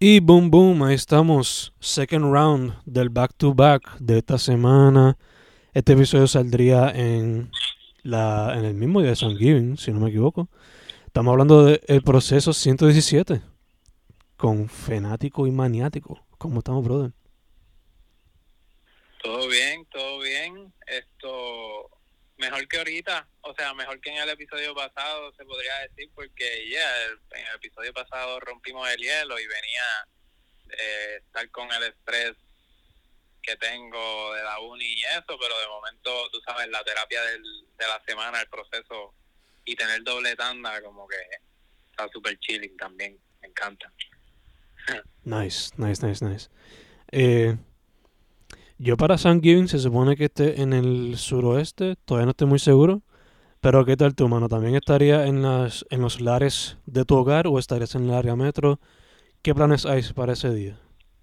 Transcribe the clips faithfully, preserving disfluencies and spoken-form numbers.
Y boom, boom, ahí estamos. Second round del back to back de esta semana. Este episodio saldría en, la, en el mismo día de Thanksgiving, si no me equivoco. Estamos hablando del proceso ciento diecisiete con Fenático y Maniático. ¿Cómo estamos, brother? Todo bien, todo bien. Esto mejor que ahorita, o sea, mejor que en el episodio pasado, se podría decir, porque ya yeah, en el episodio pasado rompimos el hielo y venía eh, estar con el estrés que tengo de la uni y eso, pero de momento, tú sabes, la terapia del, de la semana, el proceso y tener doble tanda, como que está súper chilling también. Me encanta. Nice, nice, nice, nice. Eh, yo para Thanksgiving se supone que esté en el suroeste, todavía no estoy muy seguro. Pero ¿qué tal tú, mano? ¿También estaría en, las, en los lares de tu hogar o estarías en el área metro? ¿Qué planes hay para ese día?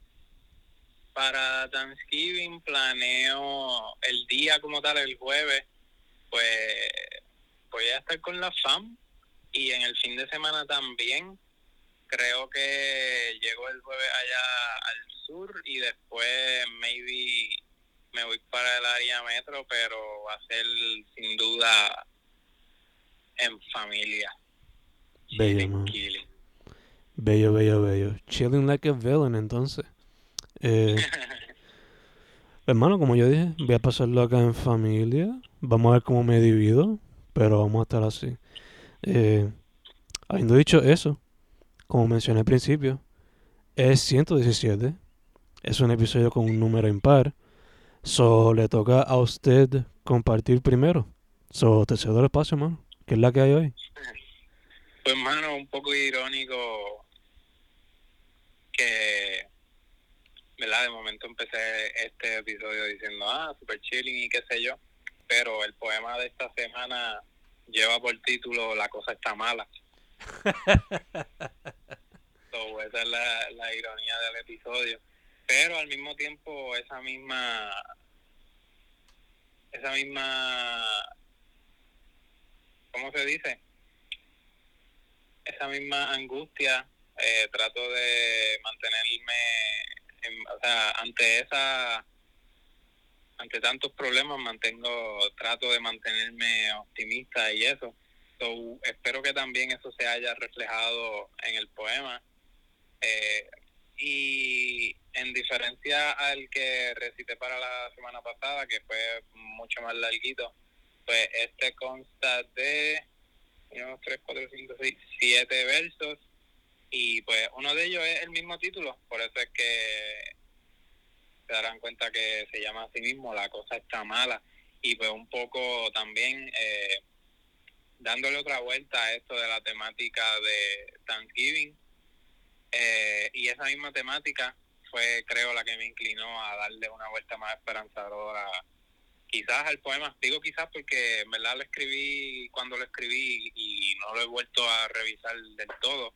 Para Thanksgiving planeo el día como tal, el jueves, pues voy a estar con la fam y en el fin de semana también. Creo que llego el jueves allá al sur y después maybe me voy para el área metro, pero va a ser sin duda en familia. Bello, Chilling, man. killing. Bello, bello, bello. Chilling like a villain, entonces. Eh, hermano, como yo dije, voy a pasarlo acá en familia. Vamos a ver cómo me divido, pero vamos a estar así. Eh, habiendo dicho eso, como mencioné al principio, es ciento diecisiete. Es un episodio con un número impar. So, le toca a usted compartir primero. So, te cedo el espacio, mano. ¿Qué es la que hay hoy? Pues, mano, un poco irónico que, ¿verdad? De momento empecé este episodio diciendo, ah, super chilling y qué sé yo, pero el poema de esta semana lleva por título La cosa está mala. So, esa es la, la ironía del episodio. Pero al mismo tiempo, esa misma, esa misma, ¿cómo se dice? Esa misma angustia, eh, trato de mantenerme, en, o sea, ante esa, ante tantos problemas, mantengo, trato de mantenerme optimista y eso. So, espero que también eso se haya reflejado en el poema. Eh, y en diferencia al que recité para la semana pasada, que fue mucho más larguito, pues este consta de uno, tres, cuatro, cinco, seis, siete versos, y pues uno de ellos es el mismo título, por eso es que se darán cuenta que se llama así mismo, La cosa está mala, y pues un poco también eh, dándole otra vuelta a esto de la temática de Thanksgiving. Eh, y esa misma temática fue, creo, la que me inclinó a darle una vuelta más esperanzadora quizás al poema. Digo quizás porque en verdad lo escribí cuando lo escribí y no lo he vuelto a revisar del todo,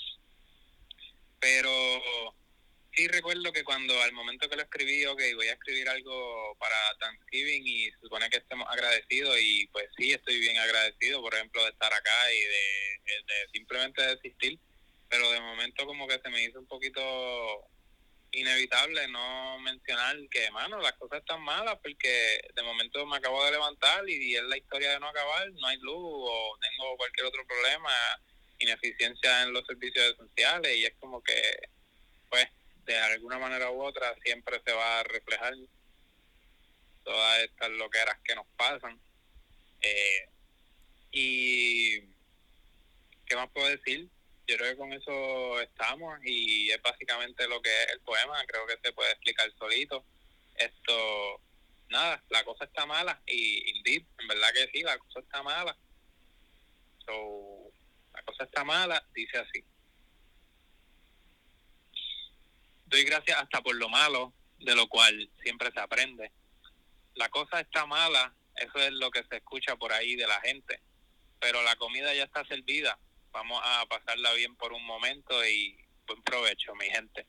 pero sí recuerdo que cuando al momento que lo escribí, ok, voy a escribir algo para Thanksgiving y se supone que estemos agradecidos, y pues sí, estoy bien agradecido, por ejemplo, de estar acá y de, de simplemente de existir, pero de momento como que se me hizo un poquito inevitable no mencionar que, mano, las cosas están malas porque de momento me acabo de levantar y es la historia de no acabar, no hay luz o tengo cualquier otro problema, ineficiencia en los servicios esenciales, y es como que, pues, de alguna manera u otra siempre se va a reflejar todas estas loqueras que nos pasan. Eh, y, ¿qué más puedo decir? Yo creo que con eso estamos y es básicamente lo que es el poema. Creo que se puede explicar solito. Esto, nada, la cosa está mala y indeed, en verdad que sí, la cosa está mala. So, la cosa está mala, dice así. Doy gracias hasta por lo malo, de lo cual siempre se aprende. La cosa está mala, eso es lo que se escucha por ahí de la gente, pero la comida ya está servida. Vamos a pasarla bien por un momento y buen provecho, mi gente.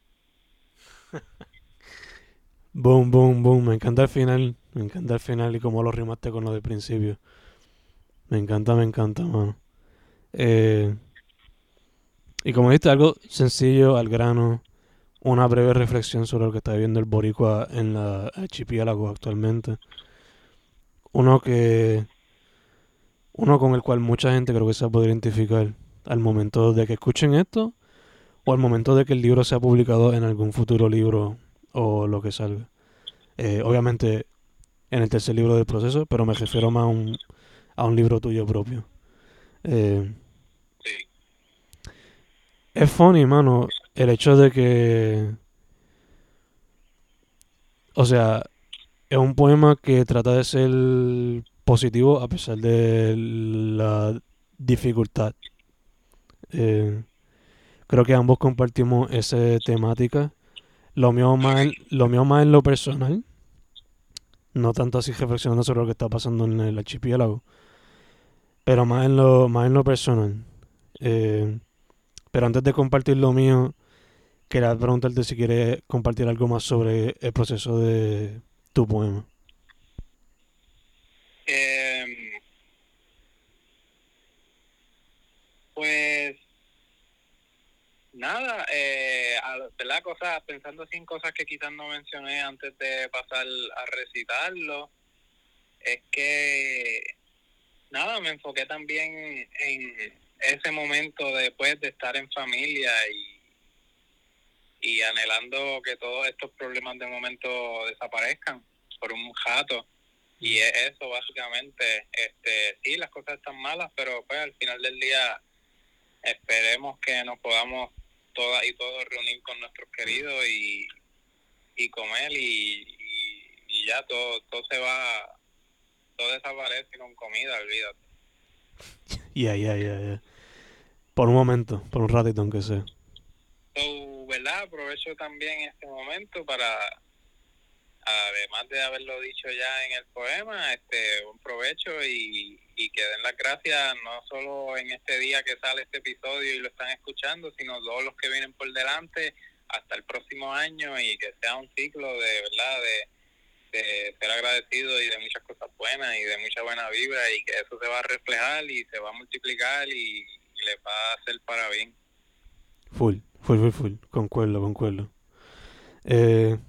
Boom, boom, boom. Me encanta el final. Me encanta el final y cómo lo rimaste con lo del principio. Me encanta, me encanta, mano. Eh, y como dijiste, algo sencillo, al grano. una breve reflexión sobre lo que está viviendo el boricua en la archipiélago actualmente. Uno que uno con el cual mucha gente creo que se va a poder identificar al momento de que escuchen esto o al momento de que el libro sea publicado en algún futuro libro o lo que salga. Eh, obviamente en el tercer libro del proceso, pero me refiero más a un, a un libro tuyo propio. Eh, Sí. es funny, mano, el hecho de que, o sea, es un poema que trata de ser positivo a pesar de la dificultad. Eh, creo que ambos compartimos esa temática. Lo mío más, en- Okay. lo mío más en lo personal, no tanto así reflexionando sobre lo que está pasando en el archipiélago, pero más en lo, más en lo personal. Eh, pero antes de compartir lo mío, quería preguntarte si quieres compartir algo más sobre el proceso de tu poema. Em, pues nada, eh, a- ¿verdad? Cosas, pensando así en cosas que quizás no mencioné antes de pasar a recitarlo, es que nada, me enfoqué también en ese momento después de estar en familia y, y anhelando que todos estos problemas de momento desaparezcan por un jato. Y es eso básicamente. Este, sí, las cosas están malas, pero pues al final del día esperemos que nos podamos todas y todos reunir con nuestros queridos y, y comer y, y, y ya todo, todo se va, todo desaparece con comida, olvídate. Ya, ya, ya, ya. Por un momento, por un ratito aunque sea. So, ¿verdad? Aprovecho también este momento para, además de haberlo dicho ya en el poema, este, un provecho y, y que den las gracias no solo en este día que sale este episodio y lo están escuchando, sino todos los que vienen por delante hasta el próximo año y que sea un ciclo de, ¿verdad? De, de ser agradecido y de muchas cosas buenas y de mucha buena vibra y que eso se va a reflejar y se va a multiplicar y, y les va a hacer para bien. Full, full, full, full. Concuerdo, concuerdo. Eh,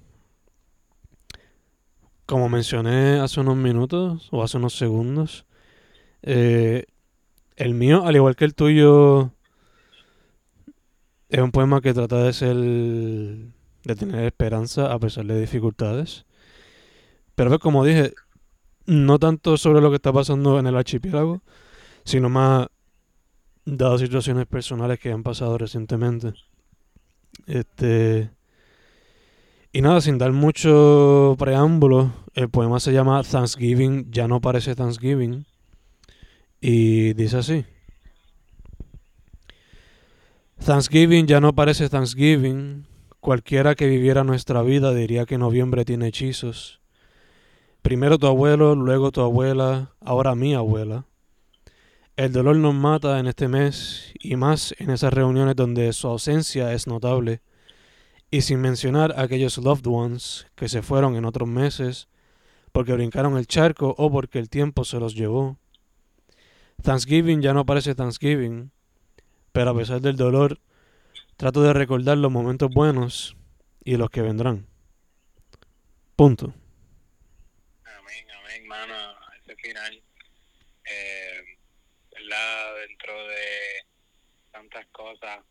como mencioné hace unos minutos o hace unos segundos, eh, el mío, al igual que el tuyo, es un poema que trata de ser, de tener esperanza a pesar de dificultades. Pero pues, como dije, no tanto sobre lo que está pasando en el archipiélago, sino más dado situaciones personales que han pasado recientemente. Este, y nada, sin dar mucho preámbulo, el poema se llama Thanksgiving, ya no parece Thanksgiving, y dice así. Thanksgiving ya no parece Thanksgiving. Cualquiera que viviera nuestra vida diría que noviembre tiene hechizos. Primero tu abuelo, luego tu abuela, ahora mi abuela. El dolor nos mata en este mes y más en esas reuniones donde su ausencia es notable. Y sin mencionar a aquellos loved ones que se fueron en otros meses porque brincaron el charco o porque el tiempo se los llevó. Thanksgiving ya no parece Thanksgiving, pero a pesar del dolor, trato de recordar los momentos buenos y los que vendrán. Punto. Amén, amén, mano, ese final. Eh, ¿verdad? Dentro de tantas cosas,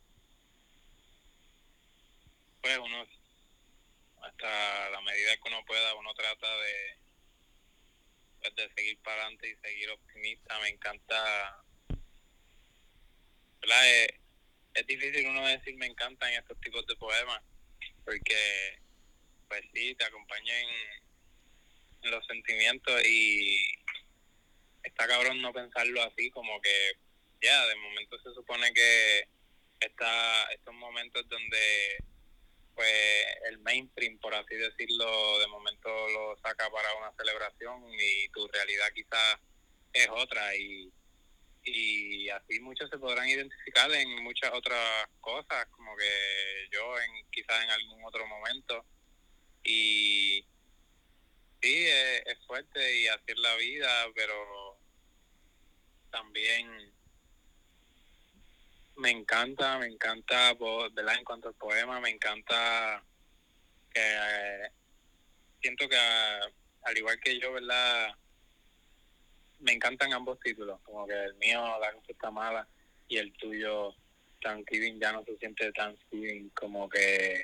pues uno, hasta la medida que uno pueda, uno trata de, pues, de seguir para adelante y seguir optimista. Me encanta, ¿verdad? Es, es difícil uno decir me encantan estos tipos de poemas, porque, pues sí, te acompañan en los sentimientos y está cabrón no pensarlo así, como que, ya, yeah, de momento se supone que está estos momentos donde pues el mainstream, por así decirlo, de momento lo saca para una celebración y tu realidad quizás es otra y, y así muchos se podrán identificar en muchas otras cosas, como que yo en quizás en algún otro momento y sí, es, es fuerte y así es la vida, pero también me encanta, me encanta, po- ¿verdad? En cuanto al poema, me encanta que eh, siento que ah, al igual que yo, ¿verdad? Me encantan ambos títulos, como que el mío, La cosa está mala, y el tuyo, Thanksgiving, ya no se siente Thanksgiving, como que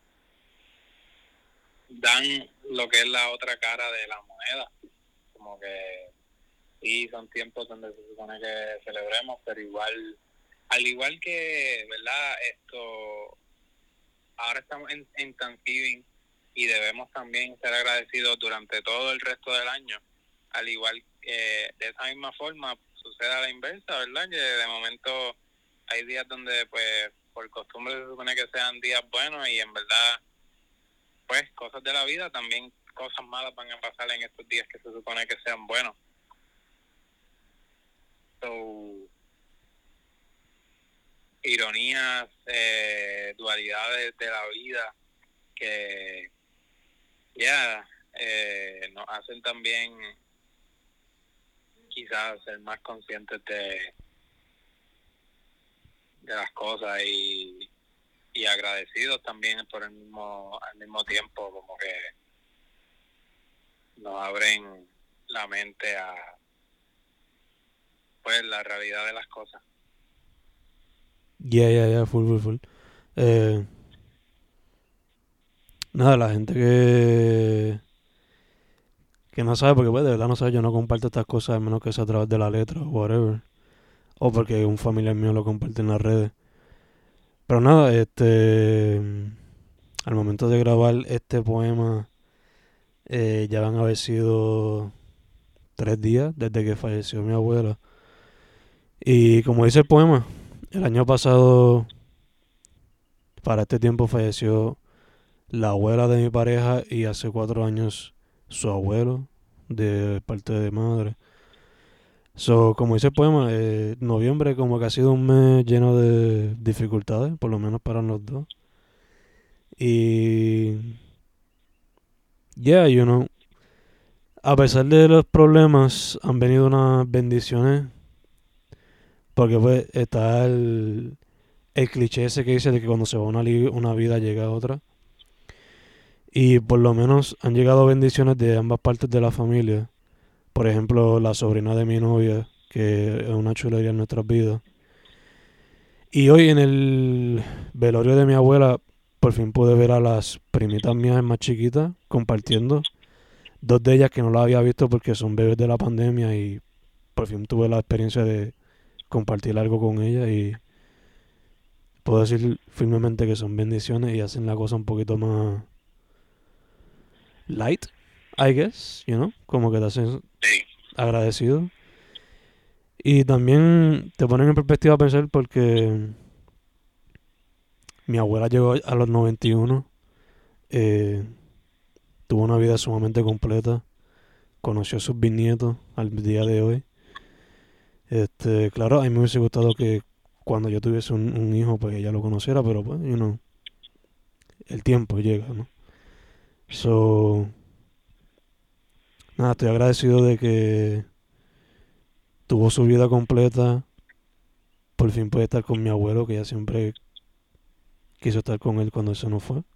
dan lo que es la otra cara de la moneda, como que sí, son tiempos donde se supone que celebremos, pero igual, al igual que, ¿verdad? Esto, ahora estamos en, en Thanksgiving y debemos también ser agradecidos durante todo el resto del año, al igual que de esa misma forma sucede a la inversa, ¿verdad? Que de momento hay días donde pues por costumbre se supone que sean días buenos y en verdad pues cosas de la vida, también cosas malas van a pasar en estos días que se supone que sean buenos. So, ironías, eh, dualidades de la vida que ya yeah, eh, nos hacen también quizás ser más conscientes de, de las cosas y, y agradecidos también por el mismo al mismo tiempo, como que nos abren la mente a pues la realidad de las cosas. Ya, yeah, ya, yeah, ya, yeah, full, full, full. Eh, nada, la gente que que no sabe, porque pues de verdad no sabe, yo no comparto estas cosas a menos que sea a través de la letra o whatever. O porque un familiar mío lo comparte en las redes. Pero nada, este al momento de grabar este poema eh, ya van a haber sido tres días desde que falleció mi abuela. Y como dice el poema, el año pasado, para este tiempo, falleció la abuela de mi pareja y hace cuatro años su abuelo, de parte de madre. So, como dice el poema, eh, noviembre como que ha sido un mes lleno de dificultades, por lo menos para los dos. Y... Yeah, you know, a pesar de los problemas, han venido unas bendiciones. Porque pues está el, el cliché ese que dice de que cuando se va una, li- una vida llega otra. Y por lo menos han llegado bendiciones de ambas partes de la familia. Por ejemplo, la sobrina de mi novia, que es una chulería en nuestras vidas. Y hoy en el velorio de mi abuela, por fin pude ver a las primitas mías más chiquitas compartiendo. Dos de ellas que no las había visto porque son bebés de la pandemia y por fin tuve la experiencia de compartir algo con ellas y puedo decir firmemente que son bendiciones y hacen la cosa un poquito más light, I guess, you know, como que te hacen Sí. agradecido. Y también te ponen en perspectiva a pensar porque mi abuela llegó a los noventa y uno, eh, tuvo una vida sumamente completa, conoció a sus bisnietos al día de hoy. Este, claro, a mí me hubiese gustado que cuando yo tuviese un, un hijo, pues ella lo conociera, pero pues, you know, el tiempo llega, ¿no? So, nada, estoy agradecido de que tuvo su vida completa. Por fin puede estar con mi abuelo, que ya siempre quiso estar con él cuando él se nos fue.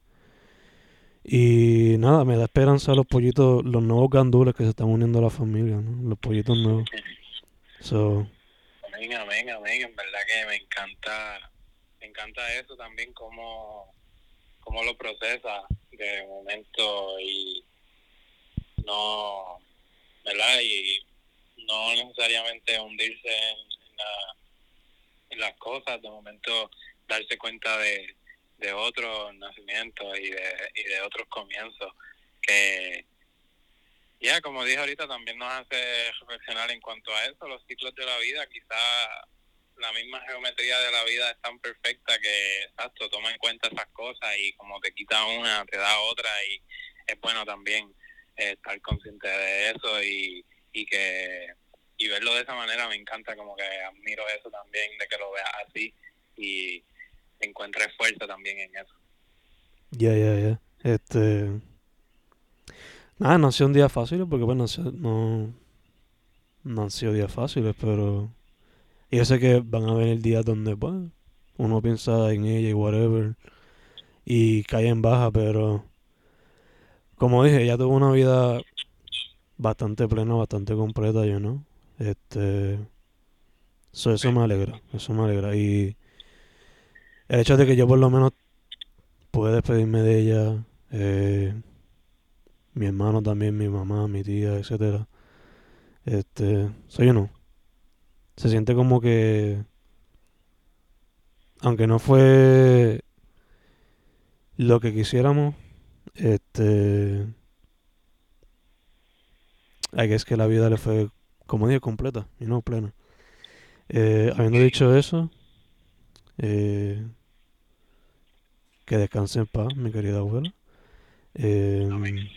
Y nada, me da esperanza los pollitos, los nuevos gandules que se están uniendo a la familia, ¿no? Los pollitos nuevos. So, Amén, amén, amén. En verdad que me encanta, me encanta eso también, cómo, cómo lo procesa de momento y no, ¿verdad? Y no necesariamente hundirse en, en, la, en las cosas, de momento darse cuenta de, de otros nacimientos y de, y de otros comienzos que ya, yeah, como dije ahorita, también nos hace reflexionar en cuanto a eso, los ciclos de la vida. Quizá la misma geometría de la vida es tan perfecta que, exacto, toma en cuenta esas cosas y como te quita una, te da otra y es bueno también eh, estar consciente de eso y, y que y verlo de esa manera. Me encanta, como que admiro eso también, de que lo veas así y encuentres fuerza también en eso. ya, ya, ya. Este. Nada, no han sido un día fácil porque, bueno, no, no, no han sido días fáciles, pero. Y yo sé que van a venir días donde, pues. uno piensa en ella y whatever, y cae en baja, pero como dije, ella tuvo una vida bastante plena, bastante completa, yo no. Este, so, eso me alegra, eso me alegra. Y el hecho de que yo por lo menos pude despedirme de ella, eh, mi hermano también, mi mamá, mi tía, etcétera. Este, soy yo no. Se siente como que, aunque no fue lo que quisiéramos, este, hay que es que la vida le fue, como dije, completa y no plena. Eh, habiendo dicho eso, eh, que descanse en paz, mi querida abuela. Amén. Eh,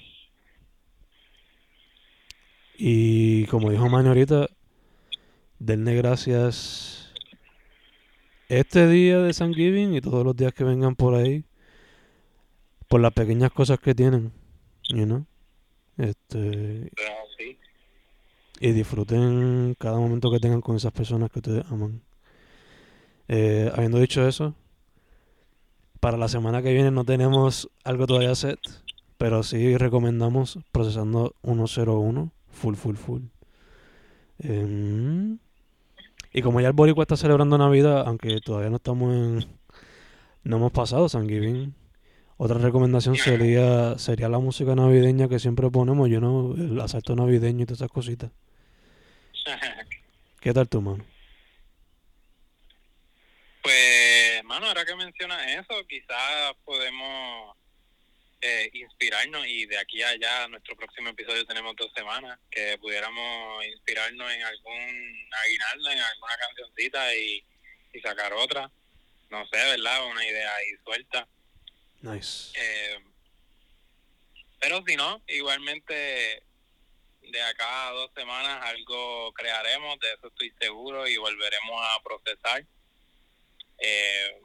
y como dijo Manny ahorita, denle gracias este día de Thanksgiving y todos los días que vengan por ahí por las pequeñas cosas que tienen, you know? Este, Pero sí. y disfruten cada momento que tengan con esas personas que ustedes aman. Eh, habiendo dicho eso, para la semana que viene no tenemos algo todavía set, pero sí recomendamos Procesando ciento uno, full, full, full. Eh, y como ya el Boricua está celebrando Navidad, aunque todavía no estamos en... No hemos pasado Thanksgiving. Otra recomendación sería sería la música navideña que siempre ponemos, yo no, el asalto navideño y todas esas cositas. ¿Qué tal tu mano? Pues, mano, ahora que mencionas eso, quizás podemos eh, inspirarnos y de aquí a allá, nuestro próximo episodio tenemos dos semanas, que pudiéramos inspirarnos en algún aguinaldo, en alguna cancioncita y, y sacar otra. No sé, ¿verdad? Una idea ahí suelta. Nice. Eh, pero si no, igualmente de acá a dos semanas algo crearemos, de eso estoy seguro, y volveremos a procesar. Eh,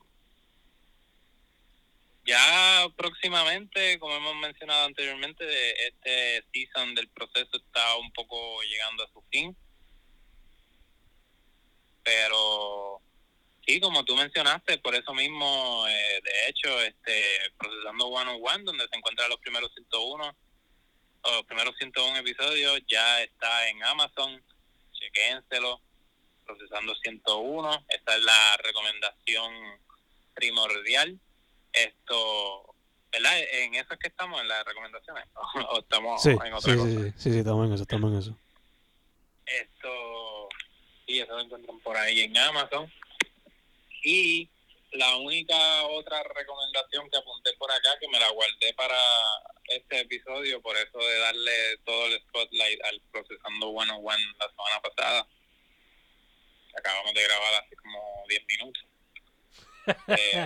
ya próximamente, como hemos mencionado anteriormente, este season del proceso está un poco llegando a su fin, pero sí, como tú mencionaste, por eso mismo, eh, de hecho, este Procesando ciento uno, donde se encuentran los primeros ciento uno, o los primeros ciento uno episodios, ya está en Amazon, chequénselo. Procesando ciento uno, esta es la recomendación primordial. Esto, ¿verdad? En eso es que estamos, en las recomendaciones, o estamos Sí, en otra sí, cosa. sí, sí, sí, sí, estamos en eso, estamos en eso. Esto, y eso lo encuentran por ahí en Amazon. Y la única otra recomendación que apunté por acá, que me la guardé para este episodio, por eso de darle todo el spotlight al Procesando ciento uno la semana pasada. Acabamos de grabar hace como diez minutos. Eh,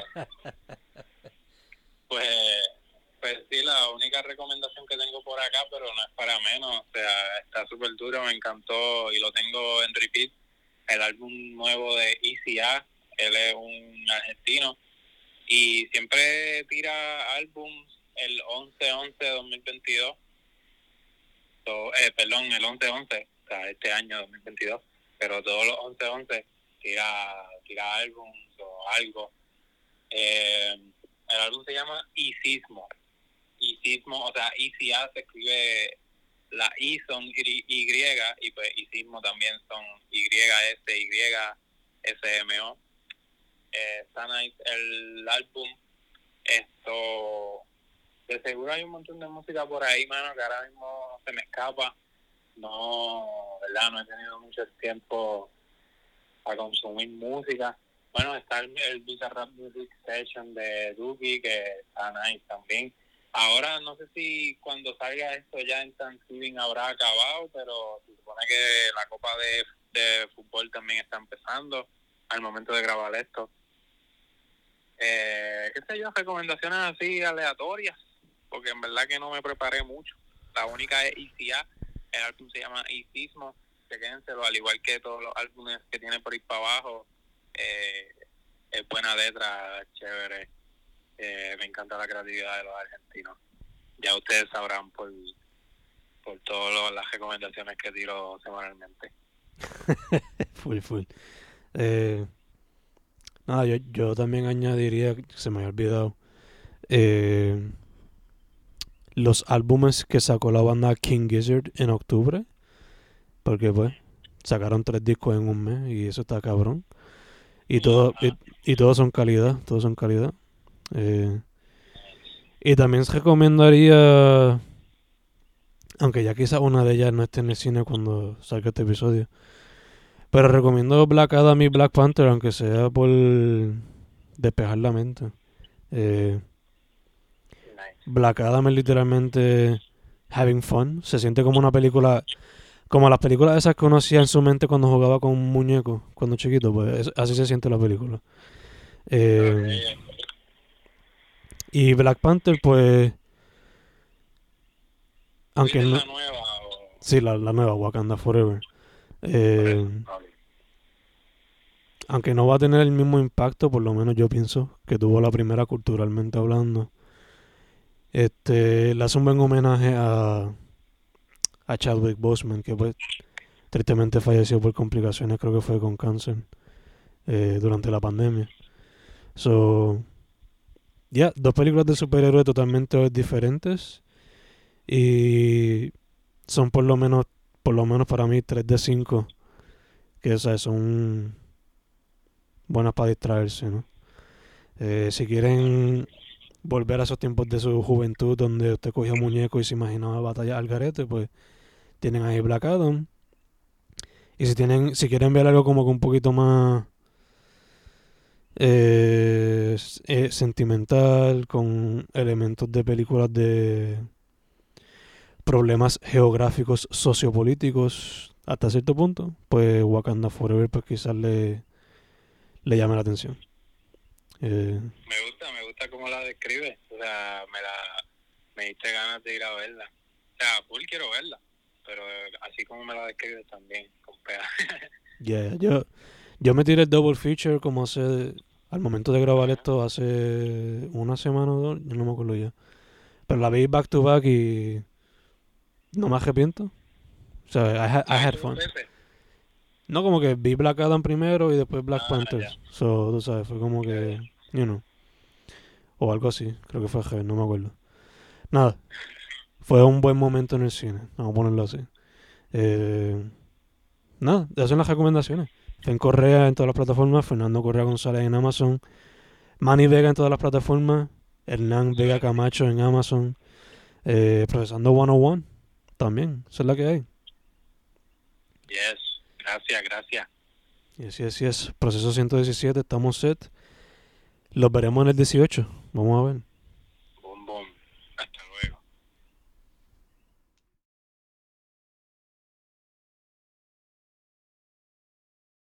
pues, pues sí, la única recomendación que tengo por acá, pero no es para menos, o sea, está súper duro, me encantó y lo tengo en repeat, el álbum nuevo de Easy A. Él es un argentino y siempre tira álbums el once once de dos mil veintidós, so, eh, perdón, el once once, o sea, este año dos mil veintidós, pero todos los once once tira, tira álbums o algo. Eh, el álbum se llama Isismo. Isismo, o sea, I C A se escribe, la I son Y, y pues Isismo también son Y, S, Y, S, M, O. Eh, está nice el álbum. Esto, de seguro hay un montón de música por ahí, mano, que ahora mismo se me escapa. No, ¿verdad? No he tenido mucho tiempo a consumir música. Bueno, está el, el Bizarrap Music Session de Duki, que está nice también. Ahora no sé si cuando salga esto ya en Thanksgiving habrá acabado, pero se supone que la Copa de, de Fútbol también está empezando al momento de grabar esto. Eh, qué sé yo, recomendaciones así aleatorias, porque en verdad que no me preparé mucho. La única es I C A, el álbum se llama Isismo, chequénselo, al igual que todos los álbumes que tiene por ahí para abajo. Eh, es buena letra, chévere. Eh, me encanta la creatividad de los argentinos. Ya ustedes sabrán por, por todas las recomendaciones que tiro semanalmente. Full, full. Eh, Nada, yo, yo también añadiría, que se me había olvidado, eh, los álbumes que sacó la banda King Gizzard en octubre, porque pues sacaron tres discos en un mes y eso está cabrón. Y todo, y, Ajá. y todos son calidad, todos son calidad. Eh, y también se recomendaría, aunque ya quizás una de ellas no esté en el cine cuando salga este episodio, pero recomiendo Black Adam y Black Panther, aunque sea por despejar la mente. Eh, Nice. Black Adam es literalmente having fun. Se siente como una película, como las películas esas que uno hacía en su mente cuando jugaba con un muñeco, cuando chiquito, pues es- así se siente la película. Eh, Okay. y Black Panther, pues, ¿Tú aunque dices no, la nueva o...? sí, la, la nueva Wakanda Forever. Por Eh, eso. Okay. aunque no va a tener el mismo impacto, por lo menos yo pienso que tuvo la primera culturalmente hablando. Este, le hace un buen homenaje a, a Chadwick Boseman, que pues tristemente falleció por complicaciones, creo que fue con cáncer eh, durante la pandemia. So, ya, yeah, dos películas de superhéroes totalmente diferentes y son por lo menos, por lo menos para mí tres de cinco que o sea, son buenas para distraerse, ¿no? Eh, si quieren volver a esos tiempos de su juventud donde usted cogía muñecos y se imaginaba batallas al garete, pues tienen ahí Black Adam. Y si tienen, si quieren ver algo como que un poquito más eh, eh, sentimental, con elementos de películas de problemas geográficos, sociopolíticos, hasta cierto punto, pues Wakanda Forever pues quizás le, le llame la atención. Eh, Me gusta, me gusta cómo la describe. O sea, me la... Me diste ganas de ir a verla. O sea, full quiero verla. Pero así como me la describes también, con pega. yeah, yo, yo me tiré el double feature como hace, al momento de grabar Ajá. esto, hace una semana o dos, yo no me acuerdo ya. Pero la vi back to back y no me arrepiento. O sea, I, ha- I ¿La had viste dos fun. veces? No como que vi Black Adam primero y después Black Ah, ya. Panthers. So, tú sabes, fue como Ya, ya. que, you know, o algo así. Creo que fue G, no me acuerdo. Nada, fue un buen momento en el cine, vamos a ponerlo así. Eh, nada, esas son las recomendaciones. Fen Correa en todas las plataformas, Fernando Correa González en Amazon, Manny Vega en todas las plataformas, Hernán Eso Vega es. Camacho en Amazon, eh, Procesando ciento uno también, esa es la que hay. Yes. Gracias, gracias. Y así es, así es, Proceso ciento diecisiete, estamos set. Los veremos en el dieciocho, vamos a ver.